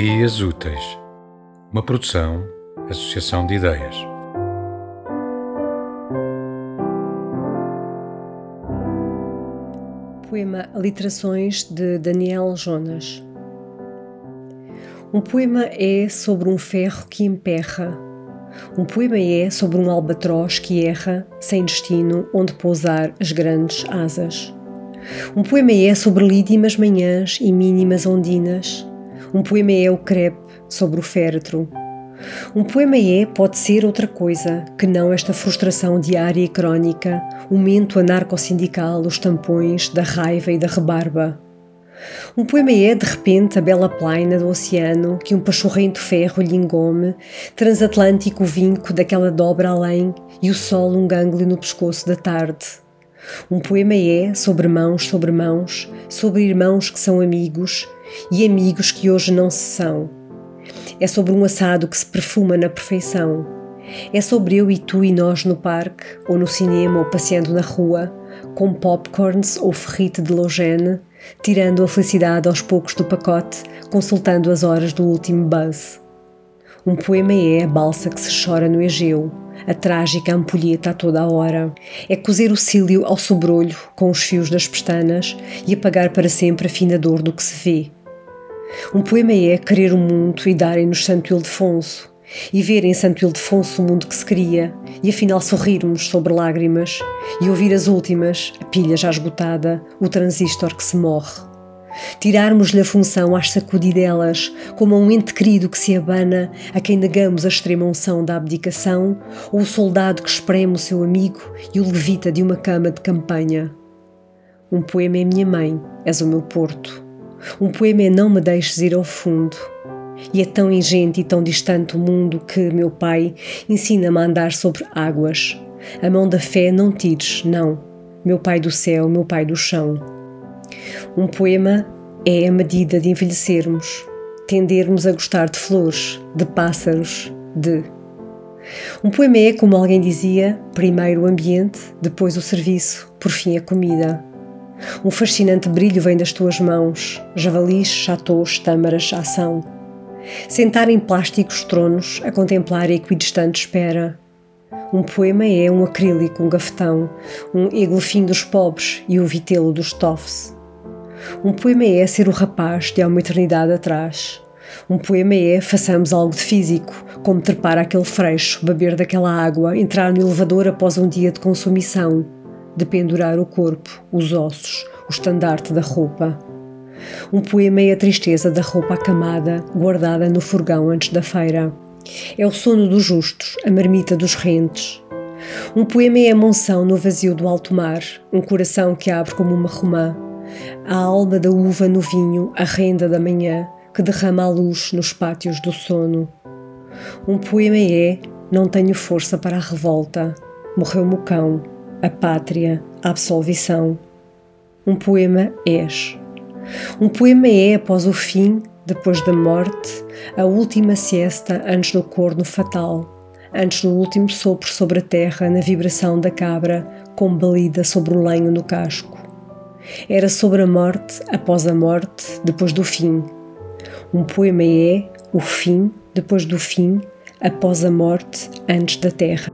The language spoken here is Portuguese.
Dias Úteis, uma produção, associação de ideias. Poema Aliterações de Daniel Jonas. Um poema é sobre um ferro que emperra. Um poema é sobre um albatroz que erra, sem destino onde pousar as grandes asas. Um poema é sobre lídimas manhãs e mínimas ondinas. Um poema é o crepe sobre o féretro. Um poema pode ser outra coisa que não esta frustração diária e crónica, o mento anarco-sindical, os tampões da raiva e da rebarba. Um poema de repente, a bela plaina do oceano que um pachorrento ferro lhe engome, transatlântico o vinco daquela dobra além e o sol um gânglio no pescoço da tarde. Um poema sobre mãos, sobre irmãos que são amigos e amigos que hoje não se são. É sobre um assado que se perfuma na perfeição. É sobre eu e tu e nós no parque, ou no cinema, ou passeando na rua, com popcorns ou ferrite de logene, tirando a felicidade aos poucos do pacote, consultando as horas do último buzz. Um poema a balsa que se chora no Egeu, a trágica ampulheta a toda a hora. É cozer o cílio ao sobrolho com os fios das pestanas e apagar para sempre a fina dor do que se vê. Um poema querer o mundo e darem-nos Santo Ildefonso, e ver em Santo Ildefonso o mundo que se queria, e afinal sorrirmos sobre lágrimas, e ouvir as últimas, a pilha já esgotada, o transistor que se morre. Tirarmos-lhe a função às sacudidelas, como a um ente querido que se abana, a quem negamos a extrema unção da abdicação, ou o soldado que espreme o seu amigo e o levita de uma cama de campanha. Um poema é minha mãe, és o meu porto. Um poema não me deixes ir ao fundo. E é tão ingente e tão distante o mundo que, meu pai, ensina-me a andar sobre águas. A mão da fé não tires, não. Meu pai do céu, meu pai do chão. Um poema é a medida de envelhecermos, tendermos a gostar de flores, de pássaros, de... Um poema como alguém dizia, primeiro o ambiente, depois o serviço, por fim a comida. Um fascinante brilho vem das tuas mãos, javalis, chateaus, tâmaras, ação. Sentar em plásticos tronos, a contemplar a equidistante espera. Um poema é um acrílico, um gafetão, um eglofim dos pobres e o vitelo dos toffs. Um poema ser o rapaz de há uma eternidade atrás. Um poema façamos algo de físico, como trepar aquele freixo, beber daquela água, entrar no elevador após um dia de consumição, de pendurar o corpo, os ossos, o estandarte da roupa. Um poema a tristeza da roupa acamada, guardada no furgão antes da feira. É o sono dos justos, a marmita dos rentes. Um poema a monção no vazio do alto mar, um coração que abre como uma romã. A alma da uva no vinho, a renda da manhã, que derrama a luz nos pátios do sono. Um poema não tenho força para a revolta. Morreu-me o cão, a pátria, a absolvição. Um poema és. Um poema após o fim, depois da morte, a última siesta antes do corno fatal, antes do último sopro sobre a terra na vibração da cabra, combalida sobre o lenho no casco. Era sobre a morte, após a morte, depois do fim. Um poema o fim, depois do fim, após a morte, antes da terra.